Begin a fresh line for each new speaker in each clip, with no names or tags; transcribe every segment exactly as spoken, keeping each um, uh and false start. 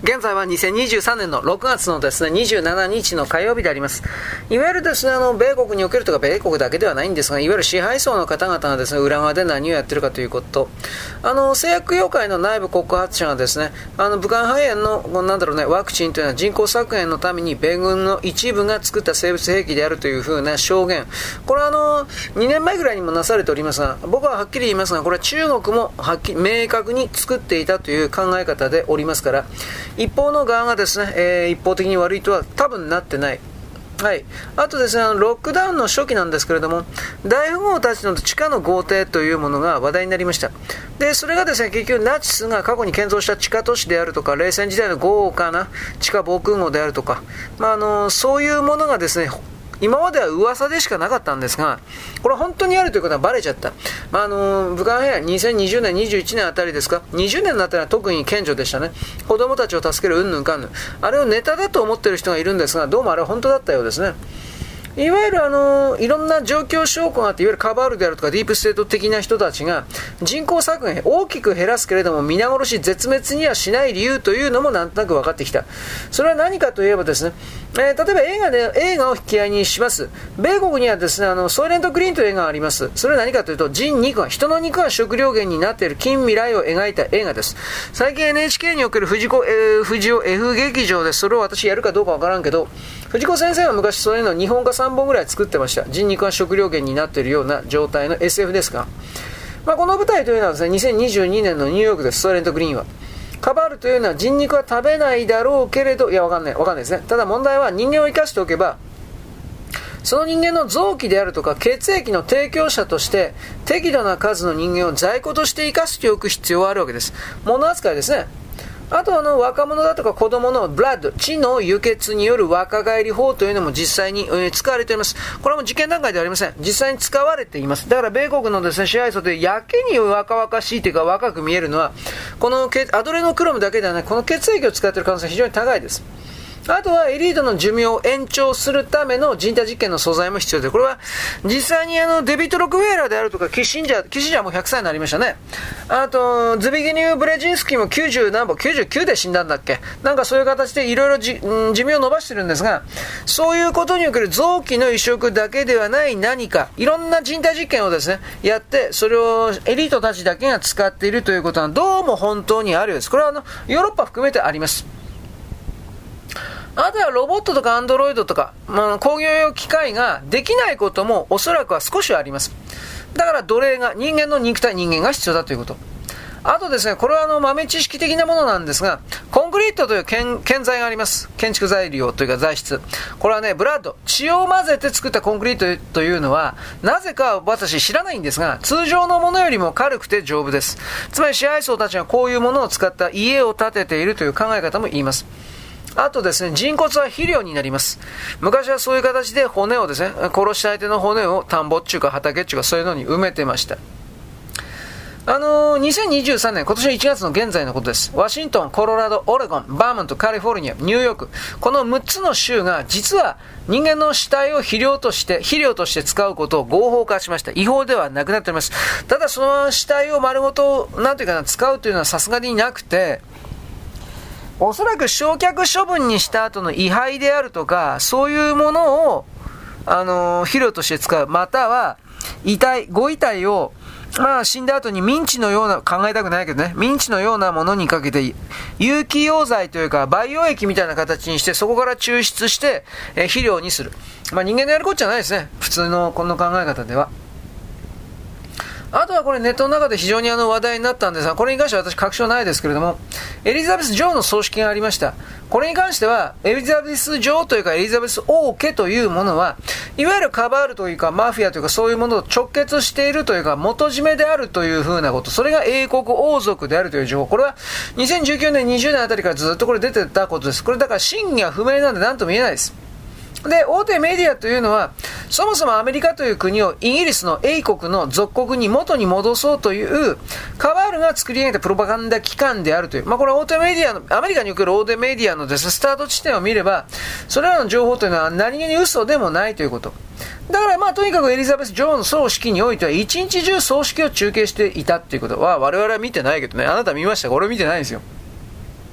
現在はにせんにじゅうさんねんのろくがつのですね、にじゅうしちにちの火曜日であります。いわゆるですね、あの、米国におけるとか米国だけではないんですが、いわゆる支配層の方々がですね、裏側で何をやってるかということ。あの、製薬業界の内部告発者がですね、あの、武漢肺炎の、なんだろうね、ワクチンというのは人口削減のために米軍の一部が作った生物兵器であるというふうな証言。これはあの、にねんまえぐらいにもなされておりますが、僕ははっきり言いますが、これは中国もはっきり明確に作っていたという考え方でおりますから、一方の側がですね、えー、一方的に悪いとは多分なってない。はい、あとですね、ロックダウンの初期なんですけれども、大富豪たちの地下の豪邸というものが話題になりました。で、それがですね、結局ナチスが過去に建造した地下都市であるとか、冷戦時代の豪華な地下防空壕であるとか、まあ、あのそういうものがですね、今までは噂でしかなかったんですが、これ本当にあるということはバレちゃった。まあ、あの武漢肺炎にせんにじゅうねん、にじゅういちねんあたりですか、にじゅうねんのあたりは特に顕著でしたね。子供たちを助けるうんぬんかんぬん、あれをネタだと思っている人がいるんですが、どうもあれは本当だったようですね。いわゆるあのいろんな状況証拠があって、いわゆるカバールであるとかディープステート的な人たちが人口削減大きく減らすけれども皆殺し絶滅にはしない理由というのもなんとなく分かってきた。それは何かといえばですね、えー、例えば映画で映画を引き合いにします。米国にはですね、あのソイレントグリーンという映画があります。それは何かというと、人肉が人の肉が食料源になっている近未来を描いた映画です。最近 エヌエイチケー における藤子、えー、藤尾 F 劇場でそれを私やるかどうか分からんけど、藤子先生は昔そういうの日本画さんぼんぐらい作ってました。人肉が食料源になっているような状態の エスエフ ですが、まあ、この舞台というのはですね、にせんにじゅうにねんのニューヨークです。ソイレントグリーンはカバールというのは人肉は食べないだろうけれど、いやわかんないわかんないですね。ただ問題は人間を生かしておけば、その人間の臓器であるとか血液の提供者として適度な数の人間を在庫として生かしておく必要はあるわけです。物扱いですね。あとあの若者だとか子供のブラッド、血の輸血による若返り法というのも実際に、えー、使われています。これはもう実験段階ではありません。実際に使われています。だから米国のですね、支配層でやけに若々しいというか若く見えるのは、このアドレノクロムだけではない、この血液を使っている可能性が非常に高いです。あとはエリートの寿命を延長するための人体実験の素材も必要で、これは実際にあのデビッド・ロックウェーラーであるとかキッシンジャー、キッシンジャーもひゃくさいになりましたね。あとズビギニュー・ブレジンスキーもきゅうじゅう何本、きゅうじゅうきゅうで死んだんだっけ、なんかそういう形でいろいろ寿命を伸ばしてるんですが、そういうことにおける臓器の移植だけではない何かいろんな人体実験をですねやって、それをエリートたちだけが使っているということはどうも本当にあるようです。これはあのヨーロッパ含めてあります。あとはロボットとかアンドロイドとか、まあ、工業用機械ができないこともおそらくは少しはあります。だから奴隷が、人間の肉体、人間が必要だということ。あとですね、これはあの豆知識的なものなんですが、コンクリートという建材があります。建築材料というか材質。これはね、ブラッド、血を混ぜて作ったコンクリートというのは、なぜか私知らないんですが、通常のものよりも軽くて丈夫です。つまり支配層たちがこういうものを使った家を建てているという考え方も言います。あとですね、人骨は肥料になります。昔はそういう形で骨をですね、殺した相手の骨を田んぼっちゅうか畑っちゅうかそういうのに埋めてました。あのー、にせんにじゅうさんねん、今年のいちがつの現在のことです。ワシントン、コロラド、オレゴン、バーモント、カリフォルニア、ニューヨーク、このむっつの州が実は人間の死体を肥料として肥料として使うことを合法化しました。違法ではなくなっております。ただその死体を丸ごとなんていうかな使うというのはさすがになくて、おそらく焼却処分にした後の遺灰であるとか、そういうものを、あのー、肥料として使う。または、遺体、ご遺体を、まあ死んだ後にミンチのような、考えたくないけどね、ミンチのようなものにかけて、有機溶剤というか、培養液みたいな形にして、そこから抽出して、えー、肥料にする。まあ人間のやることじゃないですね。普通のこの考え方では。あとはこれネットの中で非常にあの話題になったんですが、これに関しては私確証ないですけれども、エリザベス女王の葬式がありました。これに関しては、エリザベス女王というかエリザベス王家というものは、いわゆるカバールというかマフィアというかそういうものと直結しているというか元締めであるというふうなこと、それが英国王族であるという情報、これはにせんじゅうきゅうねん、にじゅうねんあたりからずっとこれ出てたことです。これだから真偽は不明なんで何とも言えないです。で、大手メディアというのは、そもそもアメリカという国をイギリスの英国の属国に元に戻そうという、カバールが作り上げたプロパガンダ機関であるという、まあこれ大手メディアの、アメリカにおける大手メディアのですね、スタート地点を見れば、それらの情報というのは何気に嘘でもないということ。だからまあとにかくエリザベス女王の葬式においては一日中葬式を中継していたということは我々は見てないけどね、あなた見ましたか？俺見てないんですよ。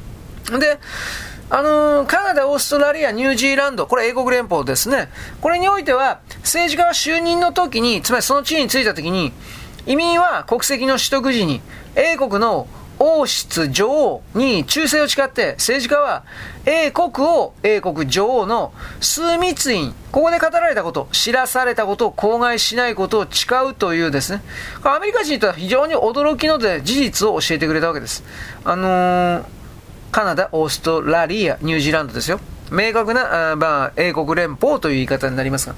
で、あのー、カナダ、オーストラリア、ニュージーランド、これ英国連邦ですね。これにおいては、政治家は就任の時に、つまりその地位に就いた時に、移民は国籍の取得時に、英国の王室女王に忠誠を誓って、政治家は英国を英国女王の枢密院、ここで語られたこと、知らされたことを口外しないことを誓うというですね、アメリカ人とは非常に驚きので事実を教えてくれたわけです。あのー、カナダ、オーストラリア、ニュージーランドですよ。明確な、あまあ、英国連邦という言い方になりますが。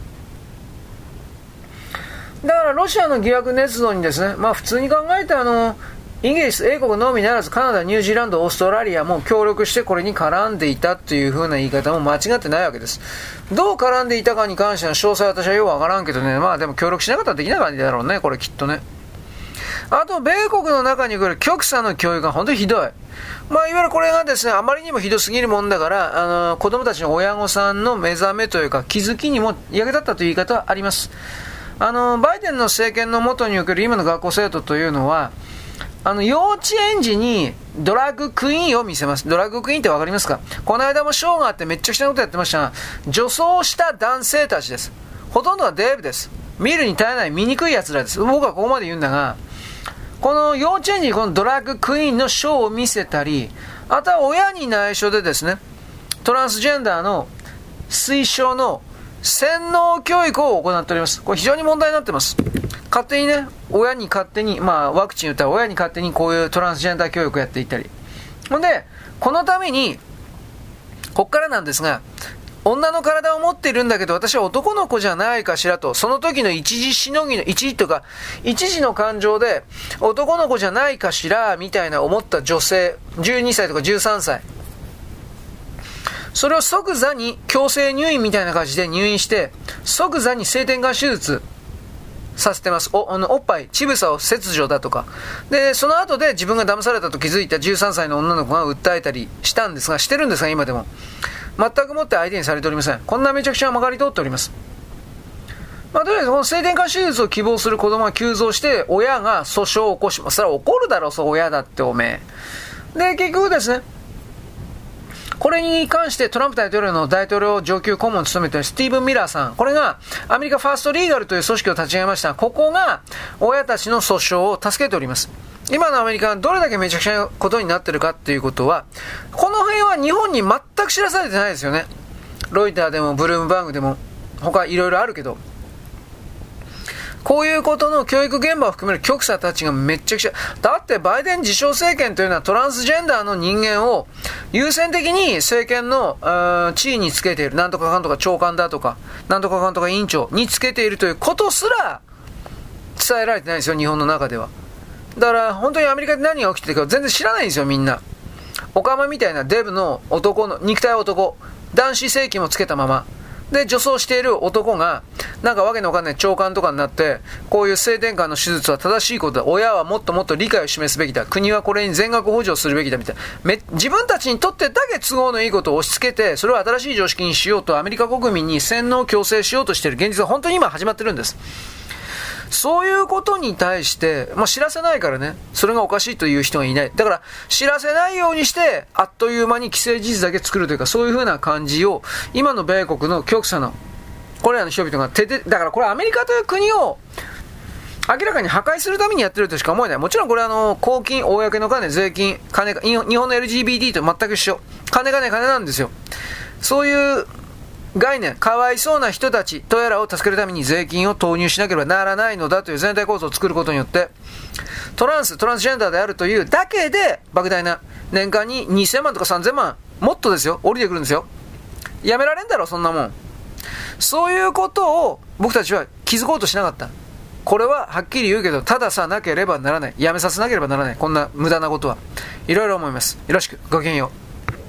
だからロシアの疑惑捏造にですね、まあ普通に考えてあの、イギリス、英国のみならずカナダ、ニュージーランド、オーストラリアも協力してこれに絡んでいたという風な言い方も間違ってないわけです。どう絡んでいたかに関しての詳細は私はよくわからんけどね、まあでも協力しなかったらできない感じだろうね、これきっとね。あと、米国の中に来る極左の教育が本当にひどい。まあ、いわゆるこれがですね、あまりにもひどすぎるもんだから、あの、子供たちの親御さんの目覚めというか、気づきにも役立ったという言い方はあります。あの、バイデンの政権の下における今の学校制度というのは、あの、幼稚園児にドラッグクイーンを見せます。ドラッグクイーンってわかりますか？この間もショーがあってめっちゃくちゃなことやってましたが、女装した男性たちです。ほとんどはデブです。見るに耐えない醜い奴らです。僕はここまで言うんだが、この幼稚園児にこのドラッグクイーンのショーを見せたり、あとは親に内緒でですね、トランスジェンダーの推奨の洗脳教育を行っております。これ非常に問題になってます。勝手にね、親に勝手に、まあワクチン打ったら親に勝手にこういうトランスジェンダー教育をやっていったり。ほんで、このために、こっからなんですが、女の体を持っているんだけど私は男の子じゃないかしらと、その時の一時しのぎの一時とか一時の感情で男の子じゃないかしらみたいな思った女性じゅうにさいとかじゅうさんさい、それを即座に強制入院みたいな感じで入院して即座に性転換手術させてます。 お, あのおっぱい乳房を切除だとかで、その後で自分が騙されたと気づいたじゅうさんさいの女の子が訴えたりしたんですが、してるんですが今でも全くもって相手にされておりません。こんなめちゃくちゃ曲がり通っております。まあ、とりあえずこの性転換手術を希望する子供が急増して親が訴訟を起こします。それは怒るだろう、そう親だっておめえで、結局ですね、これに関してトランプ大統領の大統領上級顧問を務めているスティーブン・ミラーさん、これがアメリカファーストリーガルという組織を立ち上げました。ここが親たちの訴訟を助けております。今のアメリカがどれだけめちゃくちゃなことになっているかっていうことは、この辺は日本に全く知らされてないですよね。ロイターでもブルームバーグでも他いろいろあるけど、こういうことの教育現場を含める極左たちがめっちゃくちゃ、だってバイデン自称政権というのはトランスジェンダーの人間を優先的に政権の地位につけている、なんとかかんとか長官だとかなんとかかんとか委員長につけているということすら伝えられてないんですよ、日本の中では。だから本当にアメリカで何が起きてるか全然知らないんですよ、みんな。オカマみたいなデブの男の肉体男、男子性器もつけたままで女装している男がなんかわけのわかんない長官とかになって、こういう性転換の手術は正しいことだ、親はもっともっと理解を示すべきだ、国はこれに全額補助するべきだみたいな、め自分たちにとってだけ都合のいいことを押し付けて、それを新しい常識にしようとアメリカ国民に洗脳を強制しようとしている現実は本当に今始まってるんです。そういうことに対して、まあ、知らせないからね、それがおかしいという人がいない。だから知らせないようにしてあっという間に既成事実だけ作るというか、そういう風な感じを今の米国の極左のこれらの人々が手で、だからこれはアメリカという国を明らかに破壊するためにやってるとしか思えない。もちろんこれはあの公金、公の金、税金、金、日本の エルジービーティー と全く一緒。金金金なんですよ。そういう概念、かわいそうな人たちとやらを助けるために税金を投入しなければならないのだという全体構造を作ることによって、トランス、トランスジェンダーであるというだけで莫大な年間ににせんまんとかさんぜんまん、もっとですよ、降りてくるんですよ。やめられんだろそんなもん。そういうことを僕たちは気づこうとしなかった。これははっきり言うけど、たださなければならない、やめさせなければならない、こんな無駄なことはいろいろ思います。よろしく、ごきげんよう。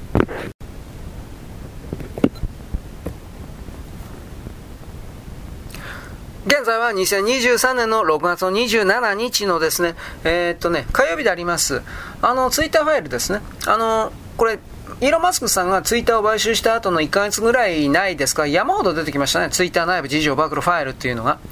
現在はにせんにじゅうさんねんのろくがつのにじゅうしちにちのですね、えー、っとね、火曜日であります。あの、ツイッターファイルですね。あの、これ、イーロン・マスクさんがツイッターを買収した後のいっかげつぐらいないですか、山ほど出てきましたね。ツイッター内部事情暴露ファイルっていうのが。こ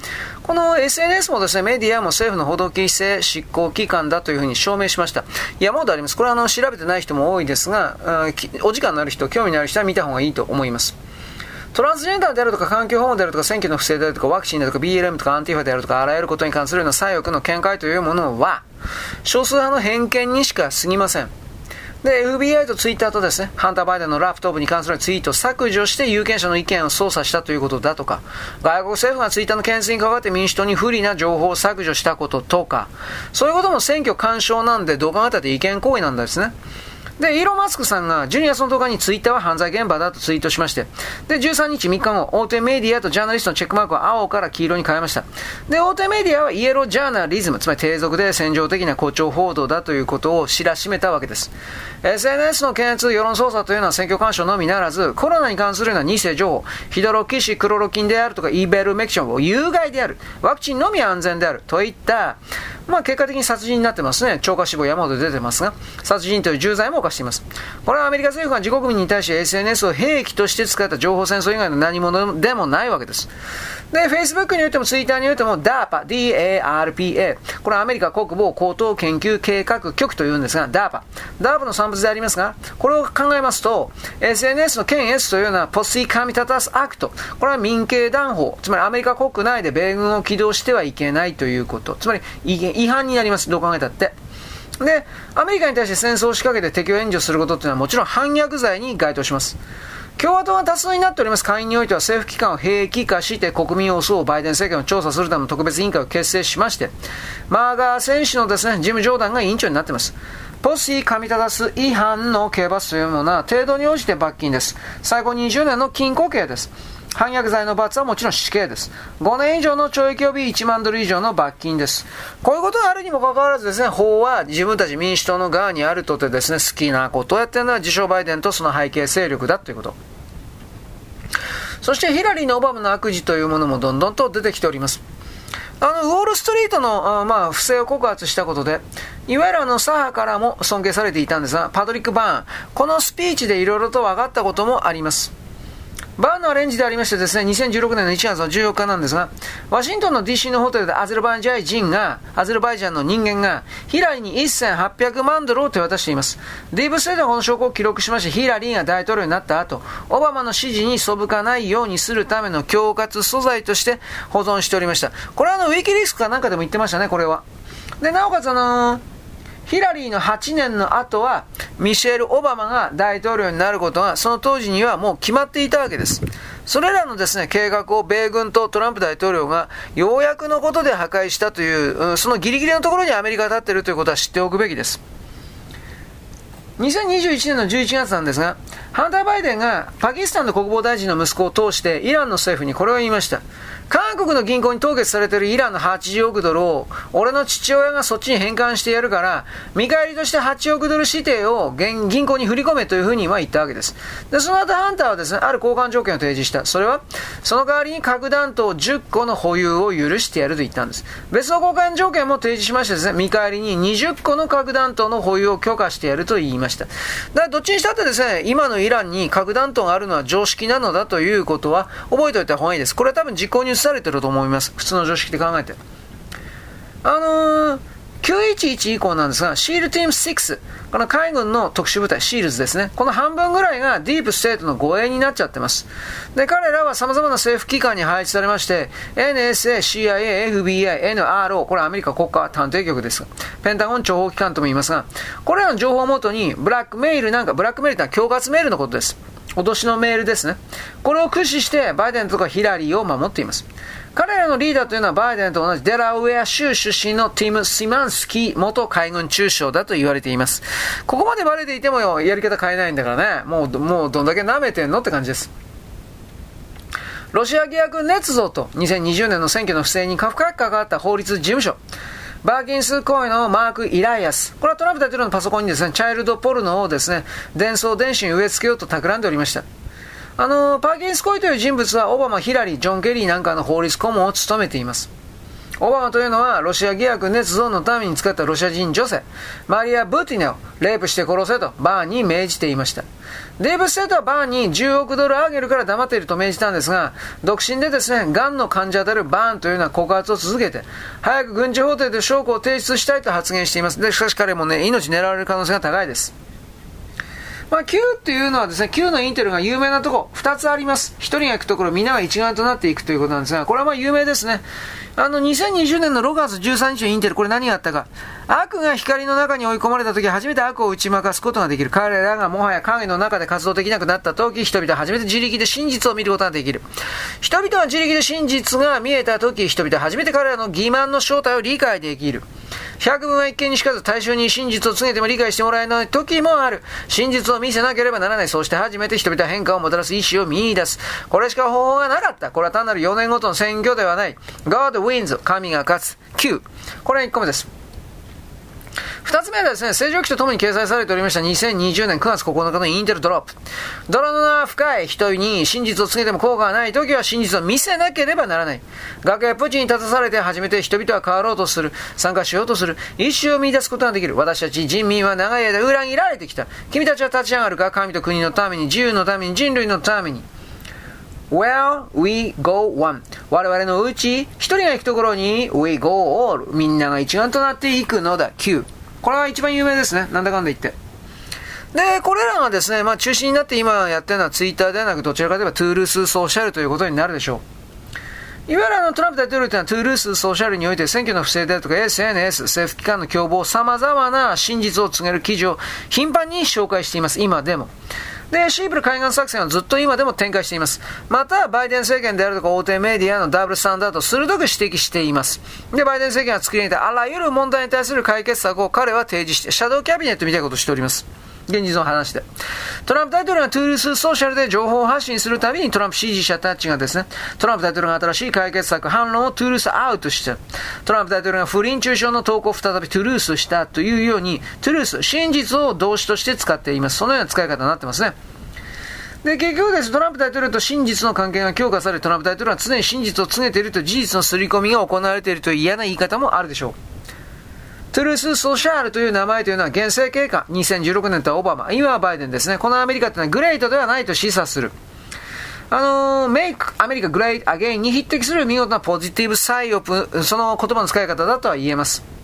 この エスエヌエス もですね、メディアも政府の報道規制執行機関だというふうに証明しました。山ほどあります。これはあの調べてない人も多いですが、お時間のある人、興味のある人は見た方がいいと思います。トランスジェンダーであるとか環境保護であるとか選挙の不正であるとかワクチンであるとか ビーエルエム とかアンティファであるとかあらゆることに関するような左翼の見解というものは少数派の偏見にしか過ぎません。で、エフビーアイ とツイッターとですね、ハンター・バイデンのラップトップに関するツイートを削除して有権者の意見を操作したということだとか、外国政府がツイッターの検閲に関わって民主党に不利な情報を削除したこととか、そういうことも選挙干渉なんでどう考えたって違憲行為なんですね。で、イーロン・マスクさんがじゅうにがつのとおかにツイッターは犯罪現場だとツイートしまして、で、じゅうさんにちみっかご、大手メディアとジャーナリストのチェックマークを青から黄色に変えました。で、大手メディアはイエロージャーナリズム、つまり低俗で戦場的な誇張報道だということを知らしめたわけです。エスエヌエス の検閲、世論操作というのは選挙干渉のみならず、コロナに関するような偽情報、ヒドロキシクロロキンであるとかイベルメクションを有害である、ワクチンのみ安全であるといった、まあ結果的に殺人になってますね。超過死亡山ほど出てますが、殺人という重罪も犯しています。これはアメリカ政府が自国民に対して エスエヌエス を兵器として使った情報戦争以外の何者でもないわけです。で、Facebook においても Twitter においても ダーパ、ディーエーアールピーエー、これはアメリカ国防高等研究計画局というんですが、ダーパ。ダーパの産物でありますが、これを考えますと、エスエヌエス の県 S というようなポスイカミタタスアクト、これは民刑弾法、つまりアメリカ国内で米軍を起動してはいけないということ、つまり違反になります、どう考えたって。で、アメリカに対して戦争を仕掛けて敵を援助することというのはもちろん反逆罪に該当します。共和党が多数になっております下院においては政府機関を兵器化して国民を襲うバイデン政権を調査するための特別委員会を結成しまして、マーガー選手のですね、ジム・ジョーダンが委員長になっています。ポスイカミタタス違反の刑罰というものは程度に応じて罰金です。最高にじゅうねんの禁錮刑です。反逆罪の罰はもちろん死刑です。ごねん以上の懲役及びいちまんドル以上の罰金です。こういうことがあるにもかかわらずですね、法は自分たち民主党の側にあるとてですね、好きなことをやっているのは自称バイデンとその背景勢力だということ。そしてヒラリーのオバマの悪事というものもどんどんと出てきております。あのウォールストリートのあ、まあ、不正を告発したことで、いわゆるあの左派からも尊敬されていたんですが、パトリック・バーン、このスピーチでいろいろと分かったこともあります。バーンのアレンジでありましてですね、にせんじゅうろくねんのいちがつのじゅうよっかなんですが、ワシントンの ディーシー のホテルでアゼルバイジャン人が、アゼルバイジャンの人間が、ヒラリーにせんはっぴゃくまんドルを手渡しています。ディープステートはこの証拠を記録しまして、ヒラリーが大統領になった後、オバマの支持に背かないようにするための恐喝素材として保存しておりました。これはあのウィキリスクかなんかでも言ってましたね、これは。で、なおかつあのー、ヒラリーのはちねんの後はミシェル・オバマが大統領になることがその当時にはもう決まっていたわけです。それらのですね、計画を米軍とトランプ大統領がようやくのことで破壊したという、そのギリギリのところにアメリカが立っているということは知っておくべきです。にせんにじゅういちねんのじゅういちがつなんですが、ハンター・バイデンがパキスタンの国防大臣の息子を通してイランの政府にこれを言いました。韓国の銀行に凍結されているイランのはちじゅうおくドルを俺の父親がそっちに返還してやるから、見返りとしてはちおくドル指定を銀行に振り込めというふうには言ったわけです。で、その後ハンターはですね、ある交換条件を提示した。それは、その代わりに核弾頭じゅっこの保有を許してやると言ったんです。別の交換条件も提示しましてですね、見返りににじゅっこの核弾頭の保有を許可してやると言いました。だからどっちにしたってですね、今のイランに核弾頭があるのは常識なのだということは覚えておいた方がいいです。これは多分実行に移されていると思います。普通の常識で考えて。あのー、きゅういちいち以降なんですが、シールティームシックス、この海軍の特殊部隊、シールズですね。この半分ぐらいがディープステートの護衛になっちゃってます。で、彼らは様々な政府機関に配置されまして、エヌエスエー、シーアイエー、エフビーアイ、エヌアールオー、これはアメリカ国家探偵局です。ペンタゴン諜報機関とも言いますが、これらの情報をもとに、ブラックメールなんか、ブラックメールというのは恐喝メールのことです。脅しのメールですね。これを駆使して、バイデンとかヒラリーを守っています。彼らのリーダーというのはバイデンと同じデラウェア州出身のティム・シマンスキー元海軍中将だと言われています。ここまでバレていてもよ、やり方変えないんだからね。もう、もうどんだけ舐めてんのって感じです。ロシア疑惑捏造とにせんにじゅうねんの選挙の不正に深く関わった法律事務所。バーキンス公園のマーク・イライアス。これはトランプ大統領のパソコンにですね、チャイルドポルノをですね、伝送電子に植え付けようと企んでおりました。あの、パーキンス・コイという人物はオバマ、ヒラリー、ジョン・ケリーなんかの法律顧問を務めています。 オバマというのはロシア疑惑捏造のために使ったロシア人女性マリア・ブティネをレイプして殺せとバーンに命じていました。デーブ・ステートはバーンにじゅうおくドルあげるから黙っていると命じたんですが、独身でですね、癌の患者であるバーンというのは告発を続けて、早く軍事法廷で証拠を提出したいと発言しています。でしかし彼もね、命狙われる可能性が高いです。まあ、Q っていうのはですね、Q のインテルが有名なとこふたつあります。ひとりが行くところ、みんなが一丸となっていくということなんですが、これはまあ有名ですね。あのにせんにじゅうねんのろくがつじゅうさんにちのインテル、これ何があったか。悪が光の中に追い込まれた時、初めて悪を打ち負かすことができる。彼らがもはや影の中で活動できなくなった時、人々は初めて自力で真実を見ることができる。人々は自力で真実が見えた時、人々は初めて彼らの欺瞞の正体を理解できる。百聞は一見にしかず、大衆に真実を告げても理解してもらえない時もある。真実を見せなければならない。そうして初めて人々は変化をもたらす意志を見出す。これしか方法がなかった。これは単なるよねんごとの選挙ではない。God wins。神が勝つ。Q。これがいっこめです。二つ目はですね、正常期とともに掲載されておりましたにせんにじゅうねんくがつここのかのインテルドロップ。泥の深い人に真実を告げても効果がないときは真実を見せなければならない。崖やプチに立たされて初めて人々は変わろうとする、参加しようとする、意志を見出すことができる。私たち人民は長い間裏切られてきた。君たちは立ち上がるか。神と国のために、自由のために、人類のために。Where we go one。我々のうち一人が行くところに We go all。みんなが一丸となっていくのだ。Q。これは一番有名ですね。なんだかんだ言って。で、これらがですね、まあ中心になって今やってるのはツイッターではなく、どちらかといえばトゥールースソーシャルということになるでしょう。いわゆるあのトランプ大統領というのはトゥールースソーシャルにおいて選挙の不正であるとか エスエヌエス、政府機関の共謀、様々な真実を告げる記事を頻繁に紹介しています。今でも。で、シープル海岸作戦はずっと今でも展開しています。また、バイデン政権であるとか大手メディアのダブルスタンダードを鋭く指摘しています。で、バイデン政権が作り上げたあらゆる問題に対する解決策を彼は提示して、シャドウキャビネットみたいなことをしております。現実の話で。トランプ大統領がトゥールースソーシャルで情報を発信するたびにトランプ支持者たちがですね、トランプ大統領が新しい解決策、反論をトゥールースアウトした。トランプ大統領が不倫中傷の投稿を再びトゥールースしたというように、トゥールース、真実を動詞として使っています。そのような使い方になってますね。で、結局です。トランプ大統領と真実の関係が強化され、トランプ大統領は常に真実を告げていると事実の刷り込みが行われているという嫌な言い方もあるでしょう。トゥルースソーシャルという名前というのは現政経過、にせんじゅうろくねんとはオバマ、今はバイデンですね。このアメリカというのはグレートではないと示唆する。あのー、Make America Great Again に匹敵する見事なポジティブサイオプ、その言葉の使い方だとは言えます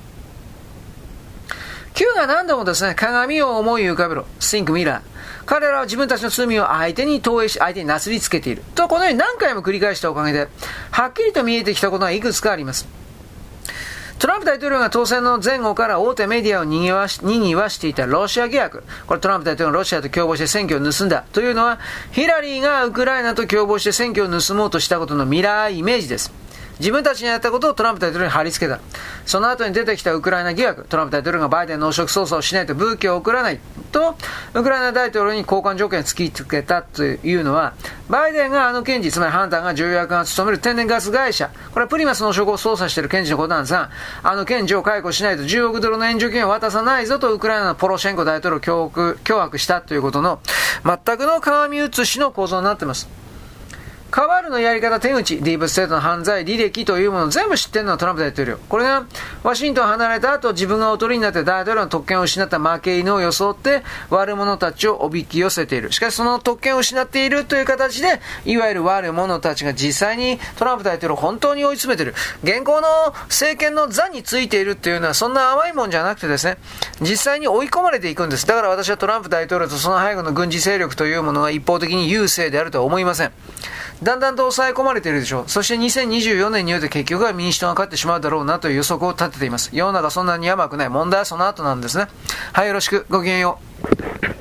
。Q が何度もですね、鏡を思い浮かべろ。Think Mirror。彼らは自分たちの罪を相手に投影し、相手になすりつけている。と、このように何回も繰り返したおかげで、はっきりと見えてきたことがいくつかあります。トランプ大統領が当選の前後から大手メディアをにぎわし、にぎわしていたロシア疑惑。これトランプ大統領がロシアと共謀して選挙を盗んだというのは、ヒラリーがウクライナと共謀して選挙を盗もうとしたことの未来イメージです。自分たちにやったことをトランプ大統領に貼り付けた。その後に出てきたウクライナ疑惑。トランプ大統領がバイデンの汚職捜査をしないと武器を送らないと、ウクライナ大統領に交換条件を突きつけたというのは、バイデンがあの検事、つまりハンターが重役が務める天然ガス会社、これはプリマスの汚職を捜査している検事のことなんですが、あの検事を解雇しないとじゅうおくドルの援助金を渡さないぞとウクライナのポロシェンコ大統領を脅迫、脅迫したということの全くの鏡写しの構造になっています。カバールのやり方、手口、ディープステートの犯罪、履歴というものを全部知っているのはトランプ大統領。これがワシントンを離れた後、自分がおとりになって大統領の特権を失った負け犬を装って悪者たちをおびき寄せている。しかしその特権を失っているという形で、いわゆる悪者たちが実際にトランプ大統領を本当に追い詰めている。現行の政権の座についているというのはそんな甘いもんじゃなくてですね、実際に追い込まれていくんです。だから私はトランプ大統領とその背後の軍事勢力というものが一方的に優勢であるとは思いません。だんだんと抑え込まれているでしょう。そしてにせんにじゅうよねんにおいて結局は民主党が勝ってしまうだろうなという予測を立てています。世の中そんなに甘くない。問題はその後なんですね。はい、よろしく。ごきげんよう。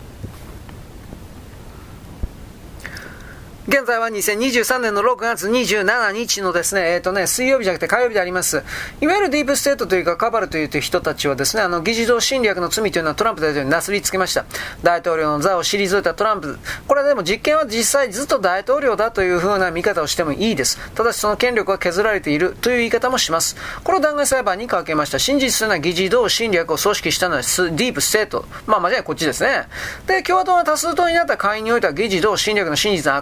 現在はにせんにじゅうさんねんのろくがつにじゅうしちにちのですね、えっとね、水曜日じゃなくて火曜日であります。いわゆるディープステートというかカバルという人たちはですね、あの、議事堂侵略の罪というのはトランプ大統領になすりつけました。大統領の座を退いたトランプ。これはでも実権は実際ずっと大統領だという風な見方をしてもいいです。ただしその権力は削られているという言い方もします。これを弾劾裁判にかけました。真実というのは議事堂侵略を組織したのはディープステート。まあ間違いこっちですね。で、共和党が多数党になった会員においては議事堂侵略の真実が明かされるという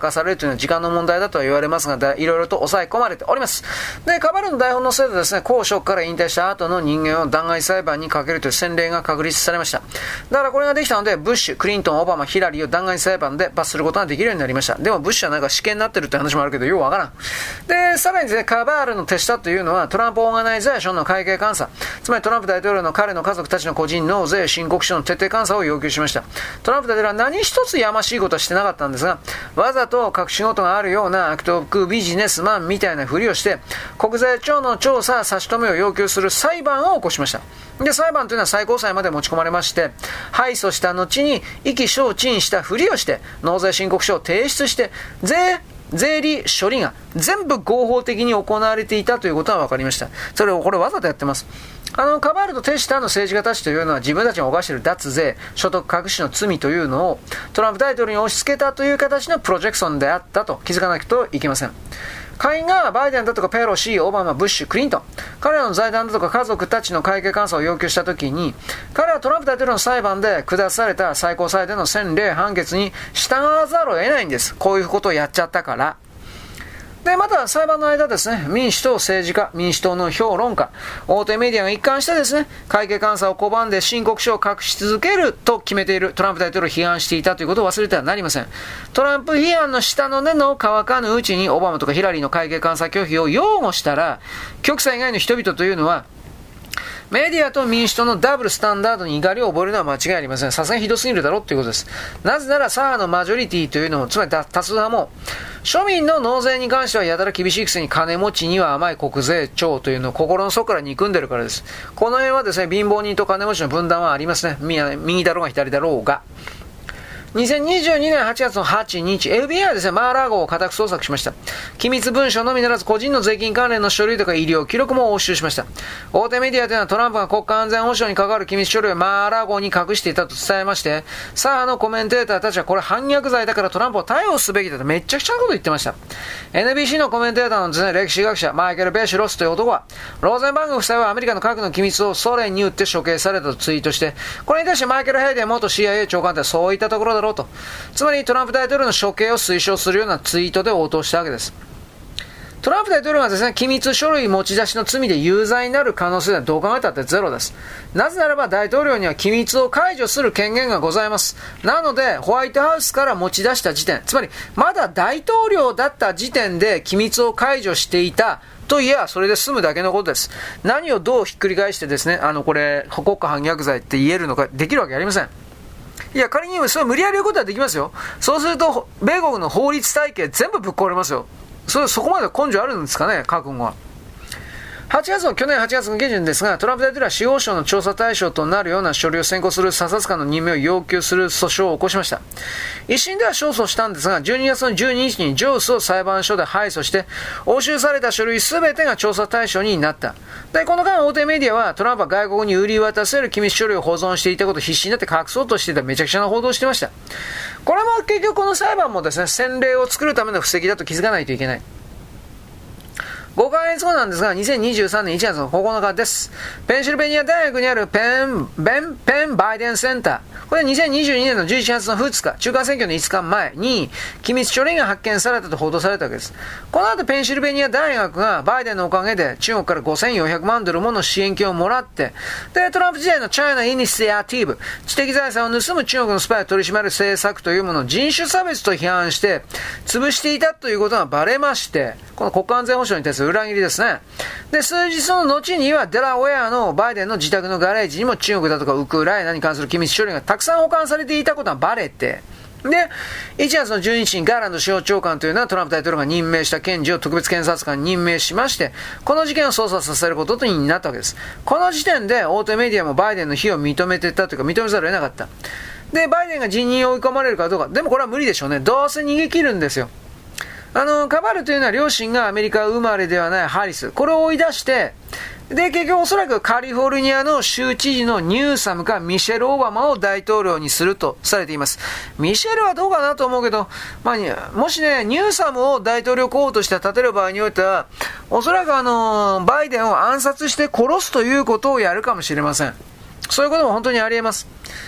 というのは時間の問題だとは言われますが、いろいろと抑え込まれております。で、カバルの台本のせいでですね、公職から引退した後の人間を弾劾裁判にかけるという先例が確立されました。だからこれができたので、ブッシュ、クリントン、オバマ、ヒラリーを弾劾裁判で罰することができるようになりました。でもブッシュはなんか死刑になってるって話もあるけど、ようわからん。で、さらにですね、カバールの手下というのはトランプオーガナイゼーションの会計監査、つまりトランプ大統領の彼の家族たちの個人納税申告書の徹底監査を要求しました。トランプ大統領は何一つやましいことはしてなかったんですが、わざと隠し事があるような悪徳ビジネスマンみたいなふりをして国税庁の調査差し止めを要求する裁判を起こしました。で、裁判というのは最高裁まで持ち込まれまして、敗訴した後に意気消沈したふりをして納税申告書を提出して税税理処理が全部合法的に行われていたということが分かりました。それをこれわざとやってます。あのカバールと手下の政治家たちというのは自分たちが犯している脱税、所得隠しの罪というのをトランプ大統領に押し付けたという形のプロジェクションであったと気づかなくてはいけません。下院がバイデンだとかペロシ、オバマ、ブッシュ、クリントン、彼らの財団だとか家族たちの会計監査を要求したときに、彼らはトランプ大統領の裁判で下された最高裁での先例判決に従わざるを得ないんです。こういうことをやっちゃったから。で、また裁判の間ですね、民主党政治家、民主党の評論家、大手メディアが一貫してですね、会計監査を拒んで申告書を隠し続けると決めているトランプ大統領を批判していたということを忘れてはなりません。トランプ批判の下の根の乾かぬうちにオバマとかヒラリーの会計監査拒否を擁護したら、極左以外の人々というのは、メディアと民主党のダブルスタンダードに怒りを覚えるのは間違いありません。さすがにひどすぎるだろうということです。なぜなら左派のマジョリティというのも、つまり多数派も、庶民の納税に関してはやたら厳しいくせに金持ちには甘い国税庁というのを心の底から憎んでるからです。この辺はですね、貧乏人と金持ちの分断はありますね。右だろうが左だろうが。にせんにじゅうにねんはちがつのはちにち、エフビーアイ はですね、マーラー号を家宅捜索しました。機密文書のみならず個人の税金関連の書類とか医療記録も押収しました。大手メディアというのはトランプが国家安全保障に関わる機密書類をマーラー号に隠していたと伝えまして、左派のコメンテーターたちはこれ反逆罪だからトランプを逮捕すべきだとめっちゃくちゃなこと言ってました。エヌビーシー のコメンテーターのですね、歴史学者マイケル・ベシュロスという男は、ローゼンバーグ夫妻はアメリカの核の機密をソ連に売って処刑されたとツイートして、これに対してマイケル・ヘイデン元 シーアイエー 長官ってそういったところだろうと。つまりトランプ大統領の処刑を推奨するようなツイートで応答したわけです。トランプ大統領がですね、機密書類持ち出しの罪で有罪になる可能性はどう考えたってゼロです。なぜならば大統領には機密を解除する権限がございます。なので、ホワイトハウスから持ち出した時点、つまりまだ大統領だった時点で機密を解除していたといや、それで済むだけのことです。何をどうひっくり返してですね、あの、これ、国家反逆罪って言えるのか、できるわけありません。いや、仮にそれ無理やり言うことはできますよ。そうすると、米国の法律体系全部ぶっ壊れますよ。それ、そこまで根性あるんですかね、覚悟は。はちがつの、去年はちがつの下旬ですが、トランプ大統領は司法省の調査対象となるような書類を選考する査察官の任命を要求する訴訟を起こしました。一審では勝訴したんですが、じゅうにがつのじゅうににちに上訴を裁判所で敗訴して、押収された書類すべてが調査対象になった。で、この間大手メディアは、トランプは外国に売り渡せる機密書類を保存していたことを必死になって隠そうとしていためちゃくちゃな報道をしてました。これも結局この裁判もですね、先例を作るための布石だと気づかないといけない。ごかげつごなんですが、にせんにじゅうさんねんいちがつのここのかです。ペンシルベニア大学にあるペン、ベン、ペンバイデンセンター。これはにせんにじゅうにねんのじゅういちがつのふつか、中間選挙のいつかまえに、機密書類が発見されたと報道されたわけです。この後、ペンシルベニア大学がバイデンのおかげで中国からごせんよんひゃくまんドルもの支援金をもらって、で、トランプ時代のチャイナイニシアティブ、知的財産を盗む中国のスパイを取り締まる政策というものを人種差別と批判して、潰していたということがバレまして、この国家安全保障に対する裏切りですね。で、数日の後にはデラウェアのバイデンの自宅のガレージにも中国だとかウクライナに関する機密書類がたくさん保管されていたことがバレて、で、いちがつのじゅうににちにガーランド司法長官というのはトランプ大統領が任命した検事を特別検察官に任命しまして、この事件を捜査させることになったわけです。この時点で大手メディアもバイデンの非を認めてたというか認めざるを得なかった。で、バイデンが辞任を追い込まれるかどうか、でもこれは無理でしょうね。どうせ逃げ切るんですよ。あの、カバルというのは両親がアメリカ生まれではないハリス。これを追い出して、で、結局おそらくカリフォルニアの州知事のニューサムかミシェル・オバマを大統領にするとされています。ミシェルはどうかなと思うけど、まあ、もしね、ニューサムを大統領候補として立てる場合においては、おそらくあの、バイデンを暗殺して殺すということをやるかもしれません。そういうことも本当にあり得ます。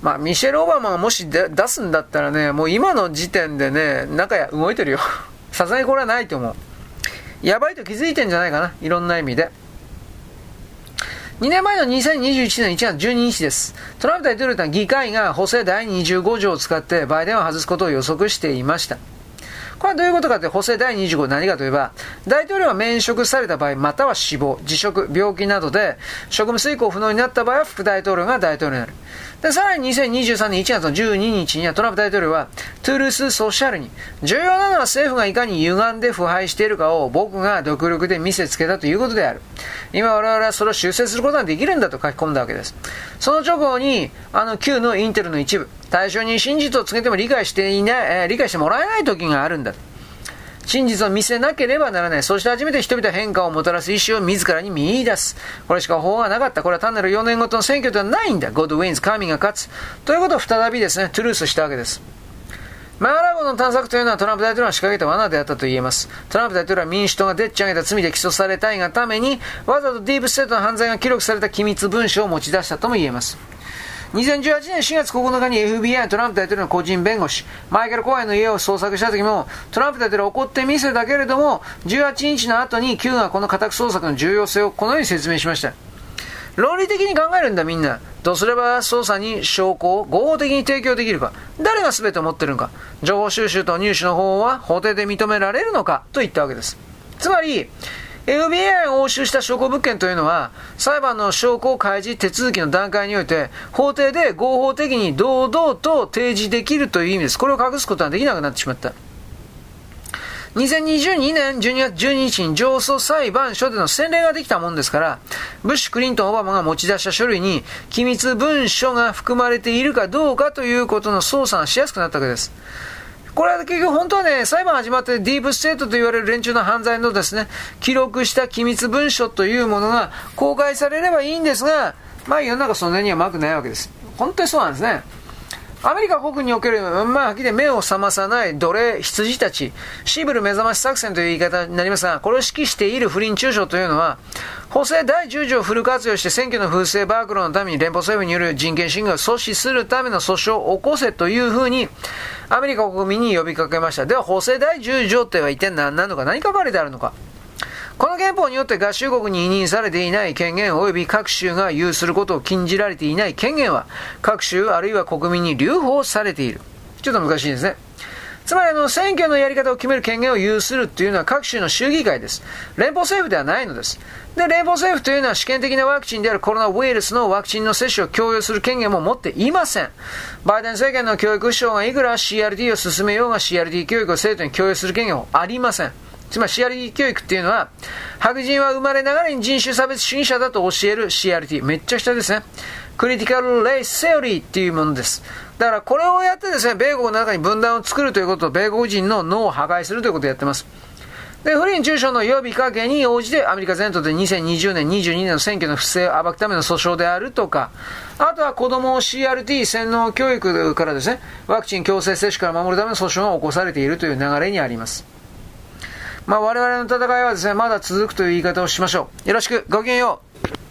まあ、ミシェル・オバマがもし出すんだったらね、もう今の時点でね、中や動いてるよ。さすがにこれはないと思う。やばいと気づいてんじゃないかな。いろんな意味で。にねんまえのにせんにじゅういちねんいちがつじゅうににちです。トランプ大統領とは議会が補正だいにじゅうごじょうを使ってバイデンを外すことを予測していました。これはどういうことかというと、補正だいにじゅうご何かといえば、大統領が免職された場合、または死亡、辞職、病気などで職務遂行不能になった場合は副大統領が大統領になる。で、さらににせんにじゅうさんねんいちがつのじゅうににちにはトランプ大統領はトゥルースソーシャルに、重要なのは政府がいかに歪んで腐敗しているかを僕が独力で見せつけたということである。今我々はそれを修正することができるんだと書き込んだわけです。その直後に、あの旧のインテルの一部、対象に真実を告げても理解していない、えー、理解してもらえない時があるんだ。真実を見せなければならない。そして初めて人々は変化をもたらす意思を自らに見出す。これしか方法がなかった。これは単なるよねんごとの選挙ではないんだ。God wins、神が勝つ。ということを再びですね、トゥルースしたわけです。マーラゴの探索というのはトランプ大統領が仕掛けた罠であったと言えます。トランプ大統領は民主党がでっち上げた罪で起訴されたいがために、わざとディープステートの犯罪が記録された機密文書を持ち出したとも言えます。にせんじゅうはちねんしがつここのかに エフビーアイ トランプ大統領の個人弁護士マイケル・コーエンの家を捜索した時もトランプ大統領は怒ってみせたけれどもじゅうはちにちの後に Q がこの家宅捜索の重要性をこのように説明しました。論理的に考えるんだみんな。どうすれば捜査に証拠を合法的に提供できるか、誰が全てを持っているのか、情報収集と入手の方法は法廷で認められるのかといったわけです。つまりエフビーアイ が押収した証拠物件というのは裁判の証拠開示手続きの段階において法廷で合法的に堂々と提示できるという意味です。これを隠すことはできなくなってしまった。にせんにじゅうにねんじゅうにがつじゅうににちに上訴裁判所での先例ができたもんですから、ブッシュ、クリントン、オバマが持ち出した書類に機密文書が含まれているかどうかということの捜査がしやすくなったわけです。これは結局本当はね、裁判始まってディープステートと言われる連中の犯罪のですね、記録した機密文書というものが公開されればいいんですが、まあ世の中そんなには甘くないわけです。本当にそうなんですね。アメリカ国における、まあ、はっきり目を覚まさない奴隷、羊たち、シブル目覚まし作戦という言い方になりますが、これを指揮している不倫中傷というのは、補正だいじゅうじょうをフル活用して選挙の風正暴露のために連邦政府による人権侵害を阻止するための訴訟を起こせというふうに、アメリカ国民に呼びかけました。では、補正だいじゅうじょうっては一体何なのか、何書かれてあるのか。この憲法によって合衆国に委任されていない権限及び各州が有することを禁じられていない権限は各州あるいは国民に留保されている。ちょっと難しいですね。つまりあの選挙のやり方を決める権限を有するというのは各州の州議会です。連邦政府ではないのです。で、連邦政府というのは試験的なワクチンであるコロナウイルスのワクチンの接種を強要する権限も持っていません。バイデン政権の教育省がいくら シーアールティー を進めようが シーアールティー 教育を生徒に強要する権限はありません。つまり シーアールティー 教育っていうのは白人は生まれながらに人種差別主義者だと教える シーアールティー めっちゃ下ですね。クリティカルレイスセオリーっていうものです。だからこれをやってですね、米国の中に分断を作るということと米国人の脳を破壊するということをやってます。で、不倫中傷の呼びかけに応じてアメリカ全土でにせんにじゅうねん、にじゅうにねんの選挙の不正を暴くための訴訟であるとか、あとは子供を シーアールティー 洗脳教育からですね、ワクチン強制接種から守るための訴訟が起こされているという流れにあります。まあ我々の戦いはですね、まだ続くという言い方をしましょう。よろしく、ごきげんよう。